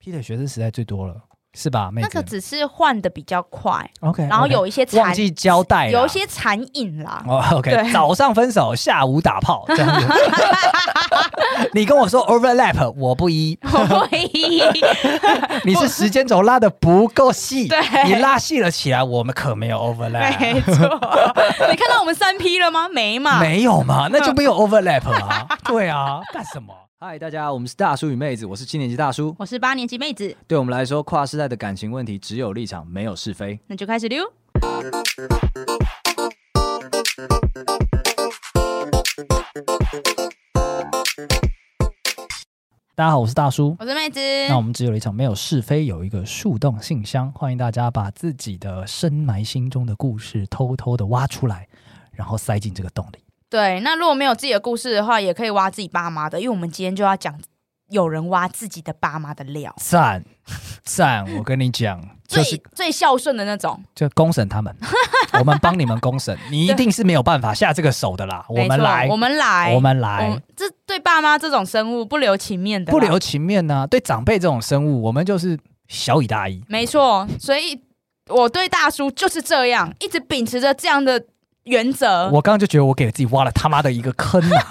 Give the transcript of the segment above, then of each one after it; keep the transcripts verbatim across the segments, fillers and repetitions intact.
劈腿学生时代最多了。是吧？妹子那个只是换的比较快 ，OK， 然后有一些残忘记交代， 有一些残影啦。 哦 ，OK， 早上分手，下午打炮，这样子。你跟我说 overlap， 我不依， 我不依。 你是时间轴拉的不够细， 对， 你拉细了起来，我们可没有 overlap。 没错，你看到我们三 P 了吗？没嘛， 没有嘛，那就没有 overlap 啊。对啊，干什么？嗨，大家，我们是大叔与妹子，我是七年级大叔， 我是八年级妹子。 对我们来说，跨世代的感情问题只有立场，没有是非。 那就开始溜。 大家好，我是大叔， 我是妹子。 那我们只有立场，没有是非，有一个树洞信箱，欢迎大家把自己的深埋心中的故事偷偷的挖出来，然后塞进这个洞里。 对，那如果没有自己的故事的话，也可以挖自己爸妈的，因为我们今天就要讲有人挖自己的爸妈的料。 赞赞，我跟你讲， 最、 就是最孝顺的那种， 就公审他们，我们帮你们公审，你一定是没有办法下这个手的啦。我们来， 我们来， 我们来。 我这对爸妈这种生物不留情面的， 不留情面呢、啊？对长辈这种生物，我们就是小以大义。 没错，所以我对大叔就是这样，一直秉持着这样的原则。 我刚刚就觉得我给自己挖了他妈的一个坑啊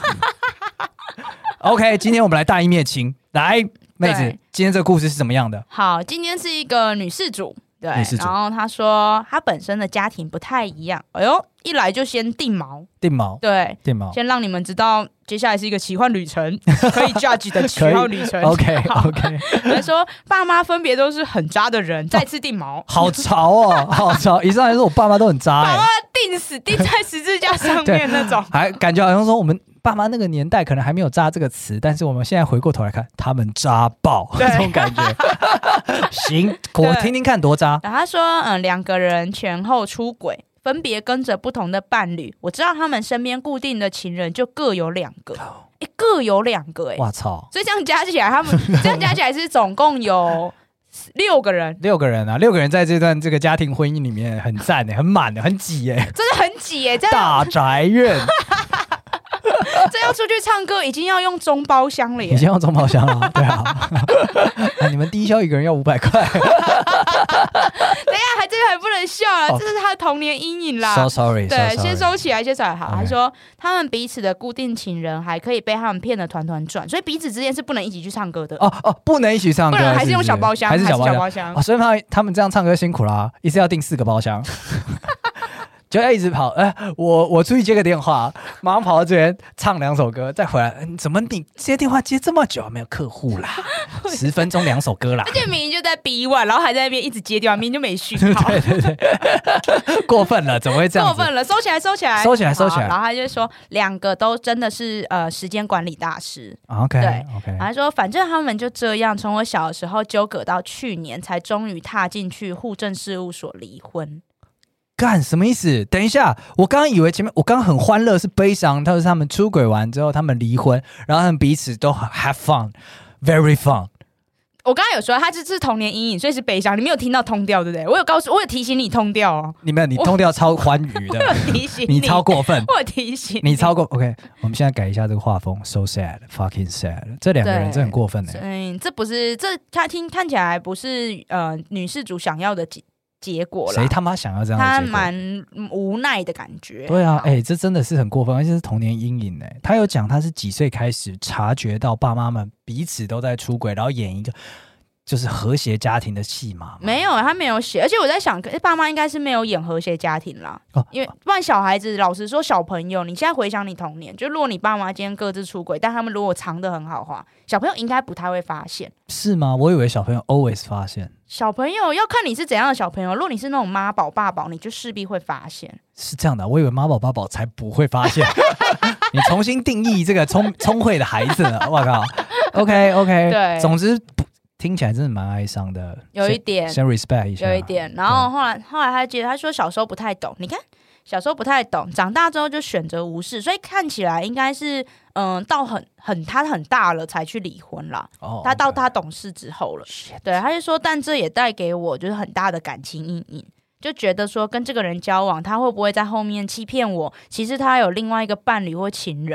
！OK， 今天我们来大义灭亲，来妹子，今天这个故事是怎么样的？ 好，今天是一个女事主，对， 女事主， 然后她说她本身的家庭不太一样，哎呦，一来就先定锚， 定锚， 对， 定锚， 先让你们知道接下来是一个奇幻旅程，可以 judge 的奇幻旅程。 OK OK， 她说爸妈分别都是很渣的人，再次定锚， 哦、好潮哦，好潮！以上来说，我爸妈都很渣、欸， 爸妈定死定在十字架上面那种， 还感觉好像说我们爸妈那个年代可能还没有渣这个词，但是我们现在回过头来看，他们渣爆这种感觉。行，我听听看多渣。 然后他说，嗯，两个人前后出轨，分别跟着不同的伴侣。我知道他们身边固定的情人就各有两个，哎，各有两个，哎， 哇操！ 所以这样加起来，他们这样加起来是总共有六个人， 六个人啊，六个人在这段这个家庭婚姻里面很赞的，很满的，很挤哎， 真的很挤哎， 大宅院。 这要出去唱歌，已经要用中包厢了耶！ 已经要中包厢了，对啊。啊你们低消一个人要五百块。等一下， 还这个还不能笑了，哦、这是他的童年阴影啦。 So sorry， 对 so sorry 先收起来，先收起来。好， Okay. 他说他们彼此的固定情人还可以被他们骗得团团转，所以彼此之间是不能一起去唱歌的。 哦哦，不能一起唱歌， 不能还是用小包厢， 还是小包厢。 包厢哦、所以他们他们这样唱歌辛苦啦、啊，一次要订四个包厢。就要一直跑，哎、呃，我我出去接个电话，马上跑到这边唱两首歌，再回来。嗯、怎么你接电话接这么久，没有客户啦？十分钟两首歌啦。 而且明明就在 B one， 然后还在那边一直接电话，明明就没讯号。 对对对，过分了，怎么会这样子？ 过分了，收起来，收起来， 收起来，收起来。 然后他就说，两个都真的是呃时间管理大师。 OK， 对 OK。 然后他说，反正他们就这样，从我小的时候纠葛到去年，才终于踏进去户政事务所离婚。 干什么意思？等一下，我刚刚以为前面我刚刚很欢乐是悲伤，他说他们出轨完之后他们离婚，然后他们彼此都 have fun very fun。 我刚刚有说他这是童年阴影，所以是悲伤。你没有听到通调，对不对？我有告诉，我有提醒你通调哦。 你没有，你通调超欢愉的。 我有提醒你， 你超过分。 我有提醒你，你超过 OK。我们现在改一下这个画风 ，so sad fucking sad。这两个人真很过分哎。 嗯，这不是这他听看起来不是呃女事主想要的结结果啦。 谁他妈想要这样的结果？ 他蛮无奈的感觉。 对啊，哎、欸，这真的是很过分，而且是童年阴影哎。他有讲他是几岁开始察觉到爸妈们彼此都在出轨，然后演一个就是和谐家庭的戏码。 没有，他没有写。而且我在想，爸妈应该是没有演和谐家庭啦，哦、因为不然小孩子，老实说，小朋友，你现在回想你童年，就如果你爸妈今天各自出轨，但他们如果藏得很好的话，小朋友应该不太会发现。 是吗？我以为小朋友 always 发现。 小朋友要看你是怎样的小朋友，如果你是那种妈宝爸宝，你就势必会发现。 是这样的，我以为妈宝爸宝才不会发现。你重新定义这个聪聪慧的孩子呢？我靠 ，OK OK， 对， 总之听起来真的蛮哀伤的， 有一点， 先 respect 一下， 有一点。然后后来后来他记得他说小时候不太懂，你看小时候不太懂，长大之后就选择无视，所以看起来应该是嗯、呃，到很很他很大了才去离婚啦。哦，他到他懂事之后了， Shit. 对，他就说，但这也带给我就是很大的感情阴影。就觉得说跟这个人交往，他会不会在后面欺骗我？其实他有另外一个伴侣或情人。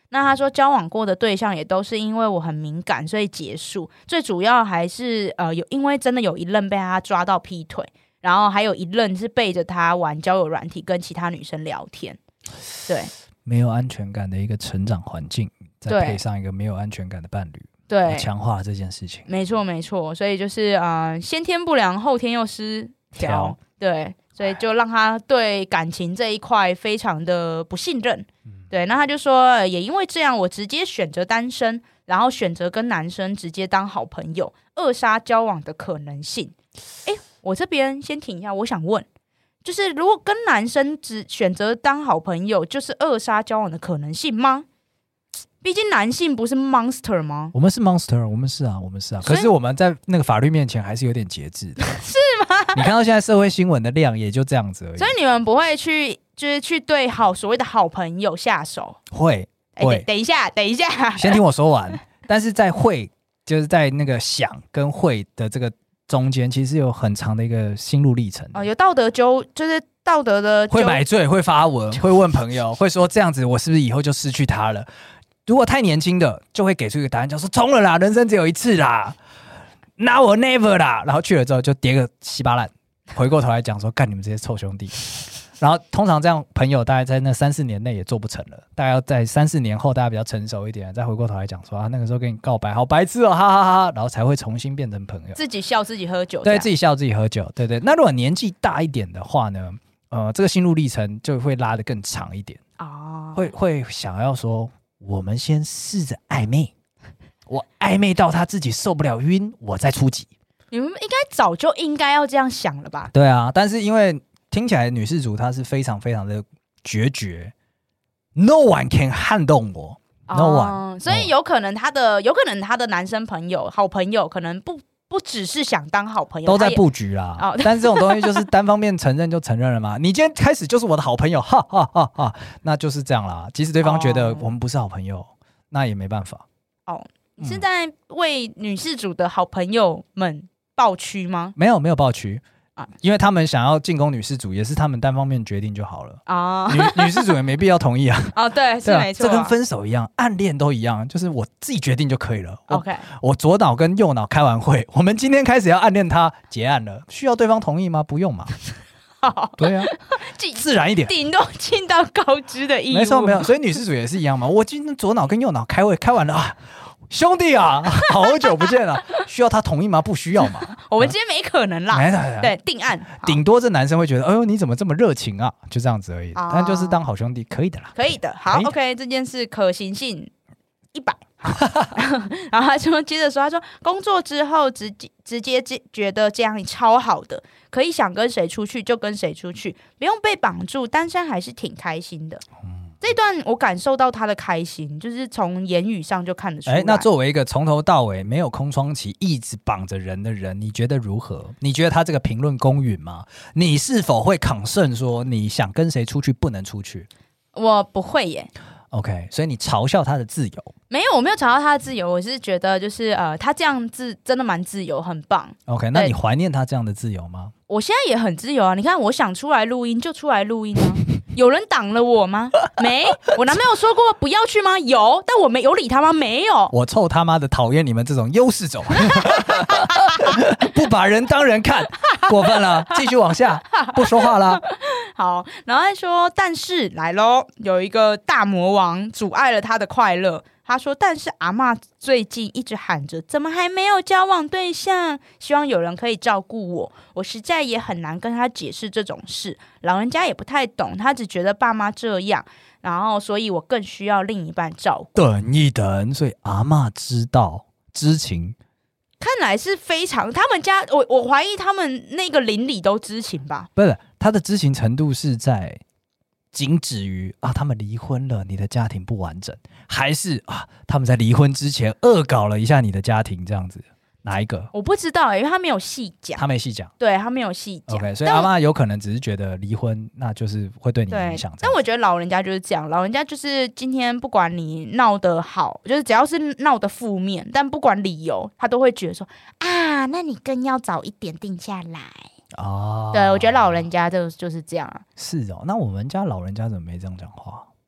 那他说交往过的对象也都是因为我很敏感所以结束，最主要还是呃有因为真的有一任被他抓到劈腿，然后还有一任是背着他玩交友软体跟其他女生聊天。对， 没有安全感的一个成长环境，再配上一个没有安全感的伴侣， 对， 强化这件事情。 没错没错，所以就是呃先天不良后天又失调，对，所以就让他对感情这一块非常的不信任。对，那他就说也因为这样我直接选择单身，然后选择跟男生直接当好朋友，扼杀交往的可能性。诶，我这边先停一下，我想问，就是如果跟男生只选择当好朋友，就是扼杀交往的可能性吗？毕竟男性不是 monster 吗？ 我们是 monster， 我们是啊，我们是啊。可是我们在那个法律面前还是有点节制的， 是吗？ 你看到现在社会新闻的量也就这样子而已。 所以你们不会去，就是去对好所谓的好朋友下手？ 会会、欸。 等一下，等一下， 先听我说完。但是在会，就是在那个想跟会的这个中间，其实有很长的一个心路历程。 哦，有道德纠，就是道德的会买醉，会发文，会问朋友，会说这样子我是不是以后就失去他了？如果太年轻的，就会给出一个答案，叫说冲了啦，人生只有一次啦 ，Now or never 啦。然后去了之后就跌个稀巴烂，回过头来讲说干你们这些臭兄弟。然后通常这样朋友大概在那三四年内也做不成了，大概要在三四年后大家比较成熟一点，再回过头来讲说啊那个时候跟你告白好白痴哦，哈哈哈哈，然后才会重新变成朋友。 自己笑自己喝酒， 对，自己笑自己喝酒，对对。那如果年纪大一点的话呢，呃，这个心路历程就会拉得更长一点啊，会会想要说。我们先试着暧昧，我暧昧到他自己受不了晕，我再出击。 你们应该早就应该要这样想了吧？ 对啊，但是因为听起来女事主她是非常非常的决绝 ，No one can 撼动我、哦、，No one， 所以有可能他的有可能他的男生朋友、好朋友可能不。不只是想当好朋友， 都在布局啦。哦、但是这种东西就是单方面承认就承认了嘛。你今天开始就是我的好朋友，哈哈哈哈，那就是这样啦。即使对方觉得我们不是好朋友，哦、那也没办法。 哦，你是在为女事主的好朋友们抱屈吗？ 没有，没有抱屈。因为他们想要进攻女事主，也是他们单方面决定就好了啊。女女事主也没必要同意啊。 哦，对，是没错、啊。 这跟分手一样，暗恋都一样，就是我自己决定就可以了。 OK， 我, 我左脑跟右脑开完会，我们今天开始要暗恋他，结案了，需要对方同意吗？不用嘛。对啊，自然一点， 顶多尽到告知的义务。 没错，没有。所以女事主也是一样嘛。我今天左脑跟右脑开会，开完了啊。兄弟啊，好久不见了，需要他同意吗？不需要嘛。 我们今天没可能啦， 嗯、 对，定案。 顶多这男生会觉得，哎呦，你怎么这么热情啊？就这样子而已。哦、但就是当好兄弟，可以的啦。 可以的，好 ，OK， 这件事可行性一百。然后他就接着说，他说工作之后直接直接觉得这样超好的，可以想跟谁出去就跟谁出去，不用被绑住，单身还是挺开心的。嗯这段我感受到他的开心，就是从言语上就看得出来。 那作为一个从头到尾没有空窗期一直绑着人的人，你觉得如何？你觉得他这个评论公允吗？你是否会concern说你想跟谁出去不能出去？ 我不会耶。 OK， 所以你嘲笑他的自由？ 没有，我没有嘲笑他的自由，我是觉得就是呃，他这样子真的蛮自由，很棒。 OK， 那你怀念他这样的自由吗？ 我现在也很自由啊！你看，我想出来录音就出来录音啊。有人挡了我吗？没。我男朋友说过不要去吗？有。但我没有理他吗？没有。 我臭他妈的讨厌你们这种优势种，不把人当人看，过分了。继续往下，不说话啦。 好，然后他说，但是来咯，有一个大魔王阻碍了他的快乐。他说，但是阿嬷最近一直喊着怎么还没有交往对象，希望有人可以照顾我，我实在也很难跟他解释这种事，老人家也不太懂，他只觉得爸妈这样，然后所以我更需要另一半照顾。 等一等，所以阿嬷知道知情， 看来是非常他们家，我我怀疑他们那个邻里都知情吧？ 不是，他的知情程度是在仅止于啊，他们离婚了，你的家庭不完整，还是啊，他们在离婚之前恶搞了一下你的家庭，这样子，哪一个？ 我不知道、欸，因为他没有细讲， 他没细讲， 对他没有细讲。 OK， 所以阿嬷有可能只是觉得离婚，那就是会对你影响。 但我觉得老人家就是这样，老人家就是今天不管你闹得好，就是只要是闹得负面，但不管理由，他都会觉得说啊，那你更要早一点定下来。哦，对，我觉得老人家就就是这样啊。 是哦，那我们家老人家怎么没这样讲话？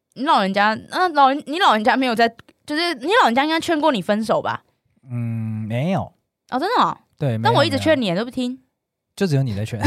你老人家，那、呃、老人你老人家没有在，就是你老人家应该劝过你分手吧？ 嗯，没有。 哦，真的哦。 对， 但我一直劝你，都不听。 就只有你在劝。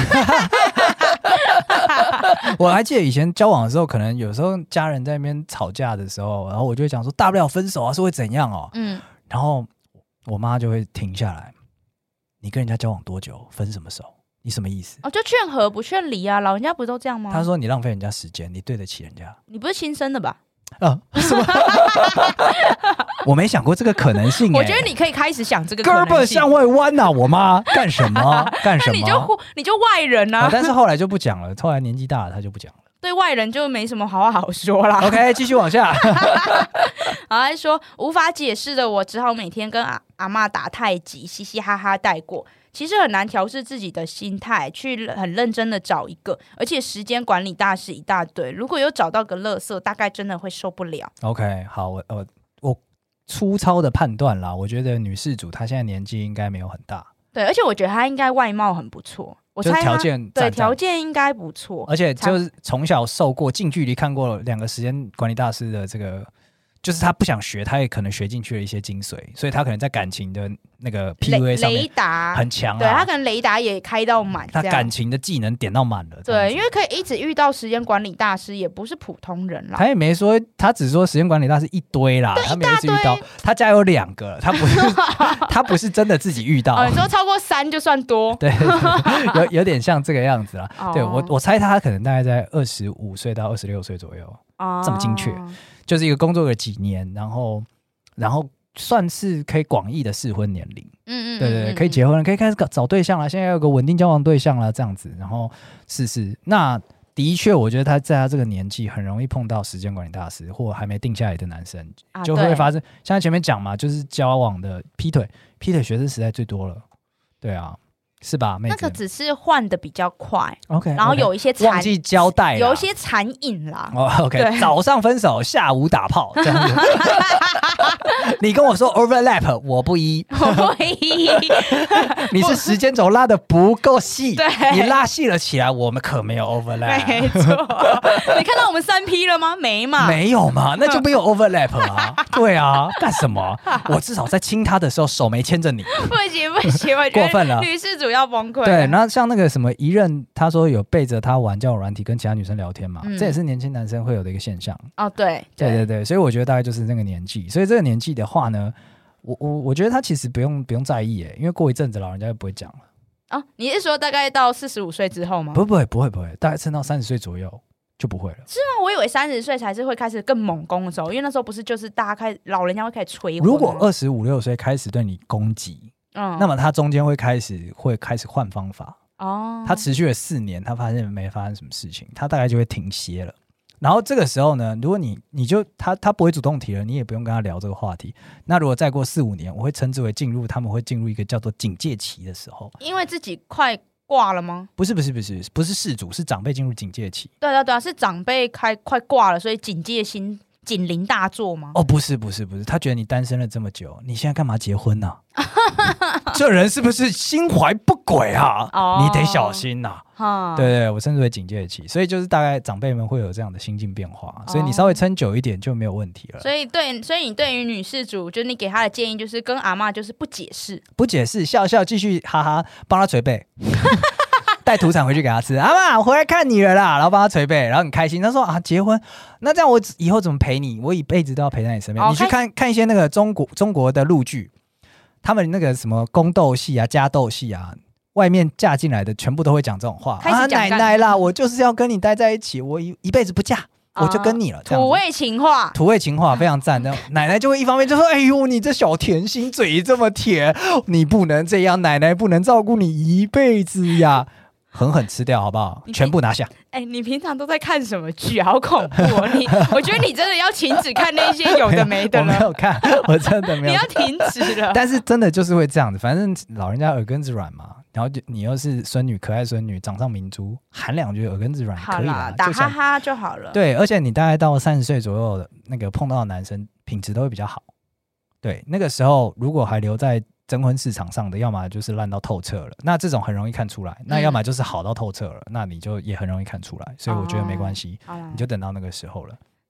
我还记得以前交往的时候，可能有时候家人在那边吵架的时候，然后我就会讲说，大不了分手啊，是会怎样哦？嗯，然后我妈就会停下来，你跟人家交往多久，分什么手？你什么意思？ 哦，就劝和不劝离啊，老人家不都这样吗？ 他说你浪费人家时间，你对得起人家。 你不是亲生的吧？ 啊，什么？我没想过这个可能性、欸。 我觉得你可以开始想这个可能性。 胳膊向外弯呐、啊，我妈干什么？干什么？ 那你就你就外人啊、 哦。但是后来就不讲了，后来年纪大了，他就不讲了。 对外人就没什么好话好说啦。 OK， 继续往下。 好，他说无法解释的我，只好每天跟阿阿嬷打太极，嘻嘻哈哈带过。其实很难调试自己的心态，去很认真的找一个，而且时间管理大师一大堆。如果有找到个垃圾，大概真的会受不了。 OK， 好，我我我粗糙的判断啦，我觉得女事主她现在年纪应该没有很大。 对，而且我觉得她应该外貌很不错。我猜条件对条件应该不错， 而且就是从小受过近距离看过两个时间管理大师的这个，就是他不想学，他也可能学进去了一些精髓，所以他可能在感情的那个 P U A 上面雷达很强、啊， 对他可能雷达也开到满， 他感情的技能点到满了。 对，因为可以一直遇到时间管理大师，也不是普通人啦。 他也没说，他只说时间管理大师一堆啦，他没一直遇到，他家有两个，他不是他不是真的自己遇到。 哦，你说超过三就算多， 对，有有点像这个样子啦。哦、对我我猜他可能大概在二十五岁到二十六岁左右，哦、这么精确。就是一个工作了几年，然后，然后算是可以广义的适婚年龄，嗯嗯，对对对，可以结婚了，可以开始找对象了，现在有个稳定交往对象了，这样子，然后试试。那的确，我觉得他在他这个年纪很容易碰到时间管理大师或还没定下来的男生，啊、就会发生。像前面讲嘛，就是交往的劈腿，劈腿学生时代最多了，对啊。是吧？ 那个只是换的比较快 ，OK， 然后有一些残忘记交代， 有一些残影啦。 哦 ，OK， 早上分手，下午打炮，这样子。你跟我说 overlap， 我不依， 我不依。 你是时间轴拉的不够细， 对， 你拉细了起来，我们可没有 overlap。 没错，你看到我们三 P 了吗？没嘛， 没有嘛，那就没有 overlap 啊。对啊，干什么？我至少在亲他的时候手没牵着你。 不行不行，我觉得过分了， 女事主要崩溃。 对，那像那个什么一任，他说有背着他玩交友软体跟其他女生聊天嘛，嗯、这也是年轻男生会有的一个现象。 哦，对， 对对对，所以我觉得大概就是那个年纪。所以这个年纪的话呢，我我我觉得他其实不用不用在意耶，因为过一阵子老人家就不会讲了。 哦，你是说大概到四十五岁之后吗？ 不不会不会不会，大概撑到三十岁左右就不会了。 是吗？我以为三十岁才是会开始更猛攻的时候，因为那时候不是就是大家开始老人家会开始催婚吗？ 如果二十五六岁开始对你攻击。嗯，那么他中间会开始会开始换方法哦，他持续了四年，他发现没发生什么事情，他大概就会停歇了。然后这个时候呢，如果你你就他他不会主动提了，你也不用跟他聊这个话题。那如果再过四五年，我会称之为进入他们会进入一个叫做警戒期的时候， 因为自己快挂了吗？ 不是不是不是不是事主，是长辈进入警戒期。 对对对，是长辈开快挂了，所以警戒心。警铃大作吗？ 哦，不是不是不是，他觉得你单身了这么久，你现在干嘛结婚呢、啊？这人是不是心怀不轨啊？哦、你得小心呐、啊！对对，我称之为警戒期，所以就是大概长辈们会有这样的心境变化，所以你稍微撑久一点就没有问题了。 所以对，所以你对于女事主，就是你给她的建议就是跟阿嬷就是不解释， 不解释，笑笑继续哈哈，帮她捶背。带土产回去给他吃，阿嬷我回来看你了啦，然后帮他捶背，然后很开心。他说啊，结婚，那这样我以后怎么陪你？我一辈子都要陪在你身边。哦、你去看看一些那个中国中国的陆剧，他们那个什么宫斗戏啊、家斗戏啊，外面嫁进来的全部都会讲这种话啊，奶奶啦，我就是要跟你待在一起，我一一辈子不嫁。我就跟你了， 土味情话， 土味情话非常赞。奶奶就会一方面就说：“哎呦，你这小甜心嘴这么甜，你不能这样，奶奶不能照顾你一辈子呀。”狠狠吃掉好不好？全部拿下。 哎、欸，你平常都在看什么剧？好恐怖哦！你，我觉得你真的要停止看那些有的没的了。 我没有看，我真的没有。 你要停止了。 但是真的就是会这样子，反正老人家耳根子软嘛。然后你又是孙女，可爱孙女，掌上明珠，喊两句耳根子软可以啦， 打哈哈就好了。 对，而且你大概到三十岁左右的那个碰到的男生，品质都会比较好。对，那个时候如果还留在征婚市场上的，要么就是烂到透彻了，那这种很容易看出来；那要么就是好到透彻了，那你就也很容易看出来。所以我觉得没关系， 哦、 你就等到那个时候了。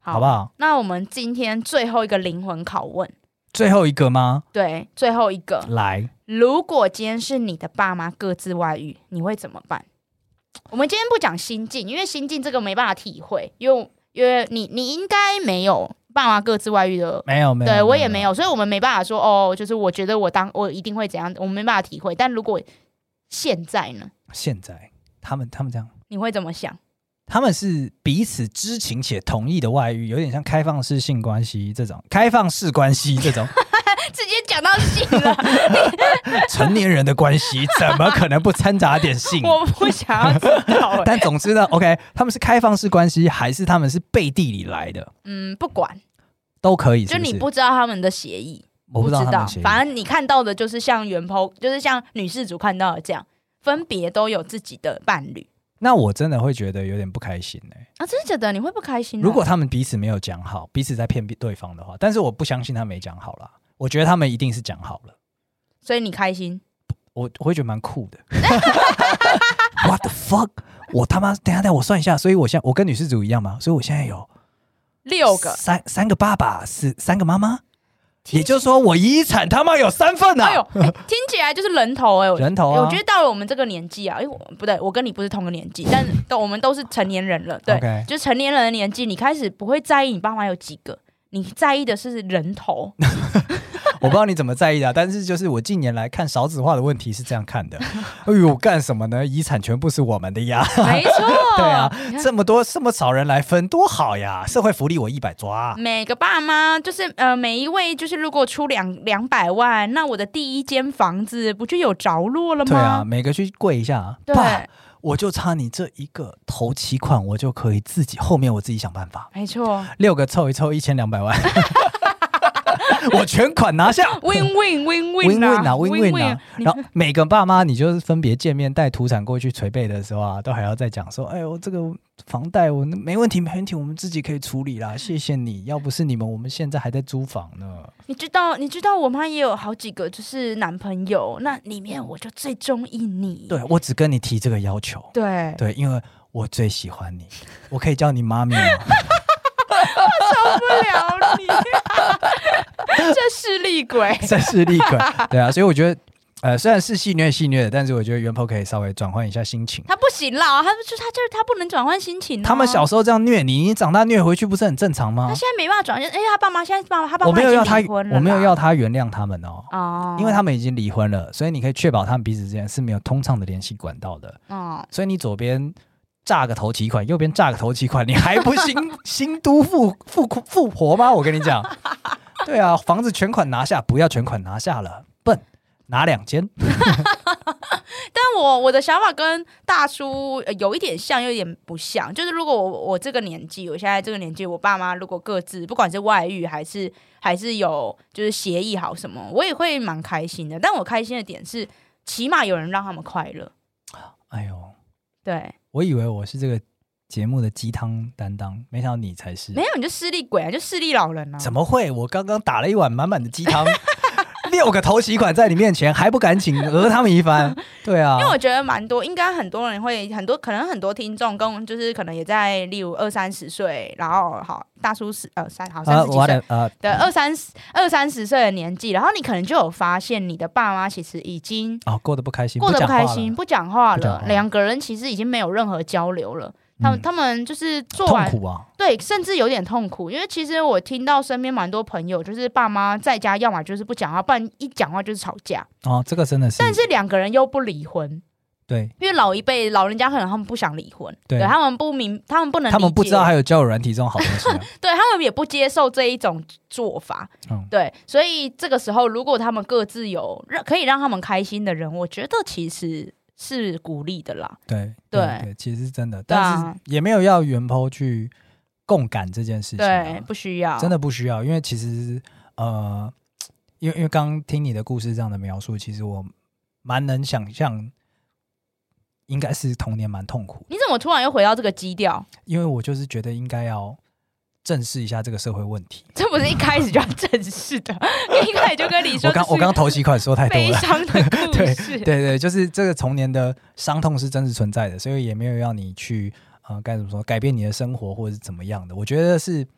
好不好？ 那我们今天最后一个灵魂拷问， 最后一个吗？ 对，最后一个。 来， 如果今天是你的爸妈各自外遇，你会怎么办？我们今天不讲心境，因为心境这个没办法体会，因为因为你你应该没有爸妈各自外遇的， 没有没有， 对我也没有，所以我们没办法说哦，就是我觉得我当我一定会怎样，我们没办法体会。但如果现在呢？ 现在他们他们这样， 你会怎么想？ 他们是彼此知情且同意的外遇，有点像开放式性关系这种，开放式关系这种， 直接讲到性了。 成年人的关系怎么可能不掺杂点性？ 我不想要知道、欸。 但总之呢 ，OK， 他们是开放式关系，还是他们是背地里来的？ 嗯，不管都可以是不是， 就你不知道他们的协议， 我不知道他们的协议， 反正你看到的就是像原 po， 就是像女事主看到的这样，分别都有自己的伴侣。 那我真的会觉得有点不开心哎、欸！ 啊，真的假的？你会不开心、啊？ 如果他们彼此没有讲好，彼此在骗对方的话，但是我不相信他没讲好啦，我觉得他们一定是讲好了， 所以你开心？ 我我会觉得蛮酷的。What the fuck！ 我他妈等一下等一下我算一下，所以我现在我跟女事主一样嘛，所以我现在有六个三三个爸爸，是三个妈妈。也就是说，我遗产他妈有三份啊！ 哎呦，欸、听起来就是人头哎、欸， 人头啊！ 我觉得到了我们这个年纪啊，因为不对，我跟你不是同个年纪，但都我们都是成年人了，对， okay. 就是成年人的年纪，你开始不会在意你爸妈有几个，你在意的是人头。 我不知道你怎么在意的、啊，但是就是我近年来看少子化的问题是这样看的。哎呦，干什么呢？遗产全部是我们的呀！ 没错， 对啊，这么多这么少人来分，多好呀！社会福利我一百抓。 每个爸妈就是呃，每一位就是如果出两两百万，那我的第一间房子不就有着落了吗？ 对啊，每个去跪一下， 对。 爸，我就差你这一个头期款，我就可以自己后面我自己想办法。 没错， 六个凑一凑一千两百万。我全款拿下 ，win win win win 啊 win win win 啊！然后每个爸妈，你就是分别见面带土产过去捶背的时候啊，都还要再讲说，哎呦，这个房贷我没问题没问题，我们自己可以处理啦，谢谢你，要不是你们，我们现在还在租房呢。 你知道，你知道我妈也有好几个就是男朋友，那里面我就最中意你。 对，我只跟你提这个要求。 对对，因为我最喜欢你，我可以叫你妈咪吗？ 我受不了你。这势利鬼， 这势利鬼，对啊，所以我觉得，呃，虽然是戏虐戏虐的，但是我觉得原 po 可以稍微转换一下心情。 他不行啦，他就他就是他不能转换心情、啊。 他们小时候这样虐你，你长大虐回去不是很正常吗？ 他现在没办法转换，哎、欸，他爸妈现在爸妈他爸妈我没有要他， 我没有要他原谅他们哦， 哦， 因为他们已经离婚了，所以你可以确保他们彼此之间是没有通畅的联系管道的。哦，所以你左边炸个头期款，右边炸个头期款，你还不新新都富富富婆吗？我跟你讲。对啊，房子全款拿下，不要全款拿下了，笨，拿两间。 但我我的想法跟大叔、呃、有一点像，有一点不像。就是如果我我这个年纪，我现在这个年纪，我爸妈如果各自不管是外遇还是还是有就是协议好什么，我也会蛮开心的。但我开心的点是，起码有人让他们快乐。 哎呦， 对， 我以为我是这个节目的鸡汤担当，没想到你才是。 没有，你就势利鬼啊，就势利老人啊！ 怎么会？我刚刚打了一碗满满的鸡汤，六个头期款在你面前，还不敢请讹他们一番？对啊， 因为我觉得蛮多，应该很多人会，很多可能很多听众跟就是可能也在，例如二三十岁，然后好大叔十呃三好三十几岁呃的二三十二三十岁的年纪，然后你可能就有发现，你的爸妈其实已经哦过得不开心， 过得不开心，不讲话了， 两个人其实已经没有任何交流了。他们、嗯、他们就是做完痛苦啊， 对，甚至有点痛苦，因为其实我听到身边蛮多朋友，就是爸妈在家要么就是不讲话，不然一讲话就是吵架。 哦，这个真的是。 但是两个人又不离婚， 对， 因为老一辈老人家可能他们不想离婚，对，对他们不明，他们不能理解， 他们不知道还有交友软体这种好东西、啊， 对他们也不接受这一种做法，嗯，对，所以这个时候如果他们各自有让可以让他们开心的人，我觉得其实。是鼓励的啦， 对对, 对, 对，其实是真的，但是也没有要原 po 去共感这件事情、啊， 对，不需要， 真的不需要，因为其实呃，因为因为刚刚听你的故事这样的描述，其实我蛮能想象，应该是童年蛮痛苦。 你怎么突然又回到这个基调？ 因为我就是觉得应该要正视一下这个社会问题， 这不是一开始就要正视的，一开始就跟你说， 我刚我刚头期款说太多了， 悲伤的故事， 对对对，就是这个童年的伤痛是真实存在的，所以也没有要你去呃该怎么说改变你的生活或者是怎么样的。我觉得是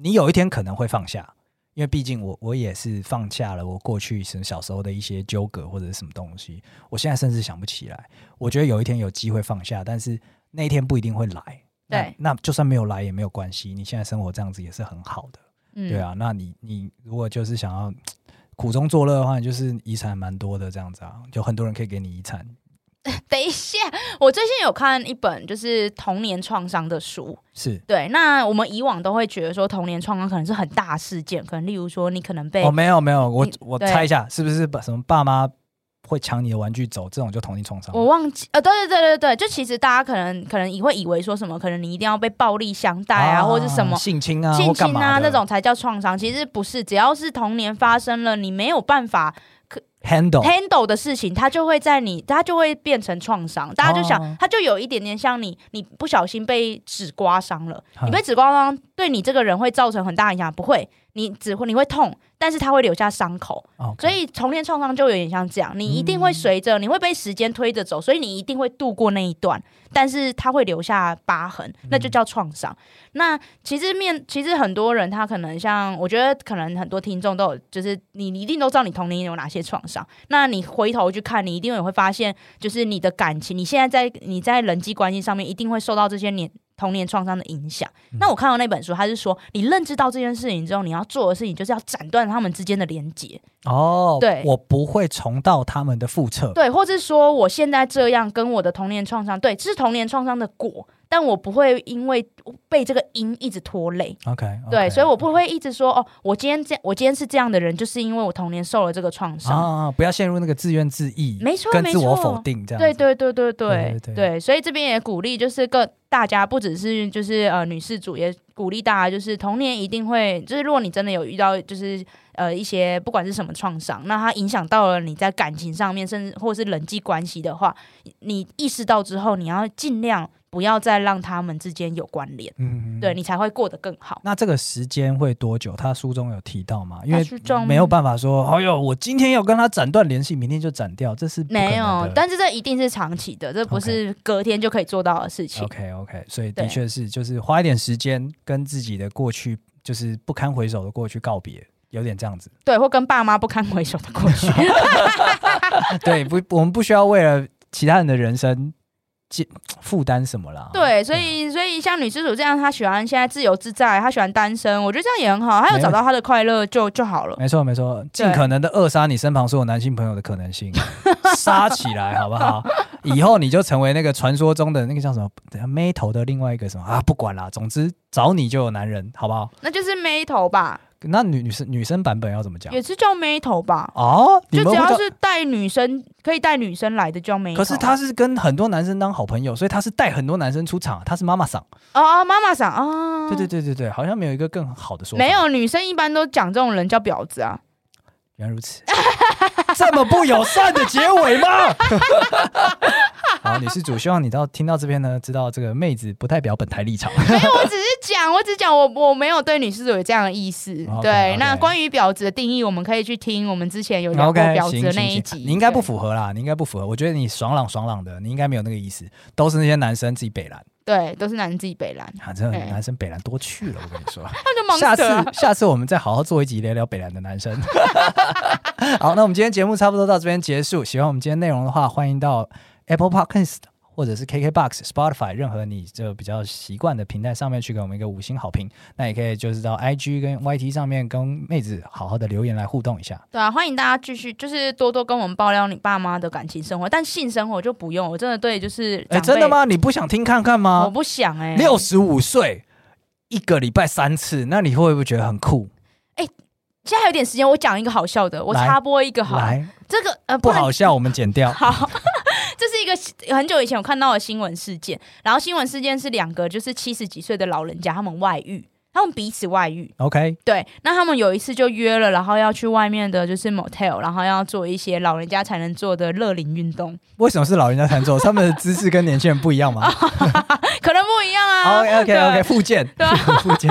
你有一天可能会放下，因为毕竟我我也是放下了我过去什么小时候的一些纠葛或者是什么东西，我现在甚至想不起来。我觉得有一天有机会放下，但是那一天不一定会来。 对， 那, 那就算没有来也没有关系，你现在生活这样子也是很好的。嗯、对啊，那你你如果就是想要苦中作乐的话，你就是遗产蛮多的这样子啊，有很多人可以给你遗产。 等一下，我最近有看一本就是童年创伤的书， 是对。那我们以往都会觉得说童年创伤可能是很大事件，可能例如说你可能被哦，没有没有，我我猜一下，是不是什么爸妈会抢你的玩具走，这种就童年创伤？ 我忘记，呃，对对对对对，就其实大家可能可能也会以为说什么，可能你一定要被暴力相待啊，啊或者是什么性侵啊、 性侵啊那种才叫创伤。其实不是，只要是童年发生了，你没有办法。 handle handle 的事情，它就会在你，它就会变成创伤。大家就想，哦、它就有一点点像你，你不小心被纸刮伤了，你被纸刮伤，对你这个人会造成很大影响，不会，你只会你会痛，但是它会留下伤口。Okay. 所以童年创伤就有点像这样，你一定会随着，嗯、你会被时间推着走，所以你一定会度过那一段，但是它会留下疤痕，那就叫创伤。嗯、那其实面，其实很多人他可能像，我觉得可能很多听众都有，就是你你一定都知道你童年有哪些创伤。那你回头去看，你一定也会发现，就是你的感情，你现在在你在人际关系上面，一定会受到这些年童年创伤的影响。嗯、那我看到那本书，他是说，你认知到这件事情之后，你要做的事情就是要斩断他们之间的连结。 哦，对，我不会重蹈他们的覆辙。 对，或是说我现在这样跟我的童年创伤，对，这是童年创伤的果。但我不会因为被这个因一直拖累 ，OK，, okay 对，所以我不会一直说哦，我今天这我今天是这样的人，就是因为我童年受了这个创伤啊，不要陷入那个自怨自艾， 没错， 跟自我否定这样子， 对对对对对对, 对, 对, 对，所以这边也鼓励，就是各大家不只是就是呃女事主，也鼓励大家，就是童年一定会，就是如果你真的有遇到就是呃一些不管是什么创伤，那它影响到了你在感情上面，甚至或是人际关系的话，你意识到之后，你要尽量。不要再让他们之间有关联，嗯，对你才会过得更好。 那这个时间会多久？他书中有提到吗？因为没有办法说，哎呦，我今天要跟他斩断联系，明天就斩掉，这是不可能的。 没有，但是这一定是长期的，这不是隔天就可以做到的事情。 OK OK， 所以的确是，就是花一点时间跟自己的过去，就是不堪回首的过去告别。有点这样子， 对，或跟爸妈不堪回首的过去。 对，不，我们不需要为了其他人的人生负担什么啦？ 对，所以所以像女施主这样，她喜欢现在自由自在，她喜欢单身，我觉得这样也很好，她有找到她的快乐就就好了。 没错没错，尽可能的扼杀你身旁所有男性朋友的可能性，杀起来好不好？以后你就成为那个传说中的那个叫什么妹头的另外一个什么啊？不管啦，总之找你就有男人，好不好？ 那就是妹头吧。 那 女, 女, 生女生版本要怎么讲？ 也是叫妹头吧？ 哦， 就只要是带女生可以带女生来的叫妹头。 可是他是跟很多男生当好朋友，所以他是带很多男生出场，他是妈妈桑。 哦，妈妈桑啊！ 对对对对对，好像没有一个更好的说法。 没有，女生一般都讲这种人叫婊子啊。 原来如此，这么不友善的结尾吗？好，女施主，希望你到听到这边呢，知道这个妹子不代表本台立场。 没有，我只是讲，我只讲我我没有对女施主有这样的意思。Okay, 对， okay. 那关于婊子的定义，我们可以去听我们之前有聊过婊子的那一集。 Okay, 你应该不符合啦，你应该不符合。我觉得你爽朗爽朗的，你应该没有那个意思，都是那些男生自己北蓝。 对，都是男生自己北蓝。 啊，真的男生北蓝多去了，我跟你说。 他就下次下次我们再好好做一集聊聊北蓝的男生。好，那我们今天节目差不多到这边结束。喜欢我们今天内容的话，欢迎到 Apple Podcast 或者是 K K B O X、Spotify 任何你就比较习惯的平台上面去给我们一个五星好评。那也可以就是到 I G 跟 Y T 上面跟妹子好好的留言来互动一下。 对啊，欢迎大家继续就是多多跟我们爆料你爸妈的感情生活，但性生活就不用。我真的对就是哎、欸，真的吗？你不想听看看吗？ 我不想哎、欸。 六十五岁一个礼拜三次，那你会不会觉得很酷？ 哎、欸，现在还有点时间，我讲一个好笑的，我插播一个好。 来， 这个呃不, 不好笑，我们剪掉。 好。这是一个很久以前我看到的新闻事件，然后新闻事件是两个就是七十几岁的老人家，他们外遇，他们彼此外遇。 OK， 对，那他们有一次就约了，然后要去外面的就是 motel， 然后要做一些老人家才能做的热龄运动。 为什么是老人家才能做？他们的姿势跟年轻人不一样吗？ 可能不一样啊。 OK OK OK， 复健， 对啊， 复健。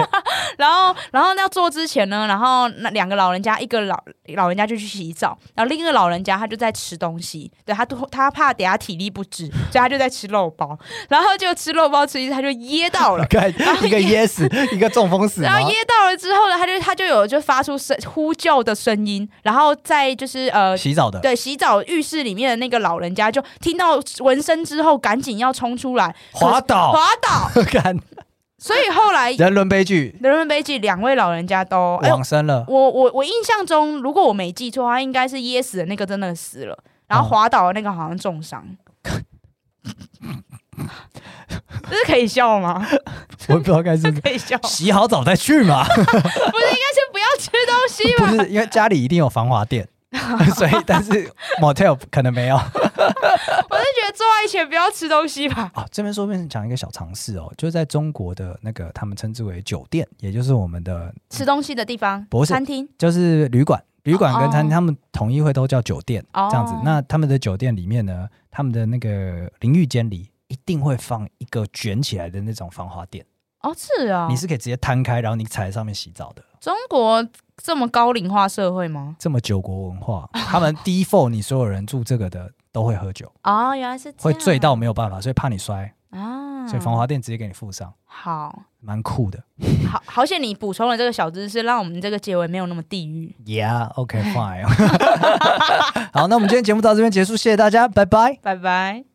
然后然后要做之前呢，然后那两个老人家，一个老老人家就去洗澡，然后另一个老人家他就在吃东西，对他他怕等下体力不支，所以他就在吃肉包，然后就吃肉包吃一次他就噎到了， 一个噎死，一个中风死， 然后噎到了之后呢，他就他就有就发出声呼叫的声音，然后在就是呃洗澡的对洗澡浴室里面的那个老人家就听到闻声之后，赶紧要冲出来滑倒滑倒，所以后来人伦悲剧， 人伦悲剧，两位老人家都往生了。 哎、我我我印象中，如果我没记错，他应该是噎死的那个真的死了，然后滑倒的那个好像重伤。这是可以笑吗？ 我不知道该是可以笑。 洗好澡再去嘛？ 不是，应该是不要吃东西吗？ 不是，因为家里一定有防滑垫。所以，但是 motel 可能没有。我是觉得做爱前不要吃东西吧。 哦，这边说便讲一个小常识哦，就是在中国的那个他们称之为酒店，也就是我们的吃东西的地方， 不是餐厅， 就是旅馆。旅馆跟餐厅、 哦、 他们统一会都叫酒店、哦、这样子。那他们的酒店里面呢，他们的那个淋浴间里一定会放一个卷起来的那种防滑垫。 哦，是啊、哦， 你是可以直接摊开，然后你踩在上面洗澡的。 中国这么高龄化社会吗？ 这么九国文化，他们 default 你所有人住这个的都会喝酒。 哦，原来是这样， 会醉到没有办法，所以怕你摔啊， 所以防滑垫直接给你附上。 好， 蛮酷的。 好好险你补充了这个小知识，让我们这个结尾没有那么地狱。 Yeah, OK, fine. 好，那我们今天节目到这边结束，谢谢大家，拜拜， 拜拜。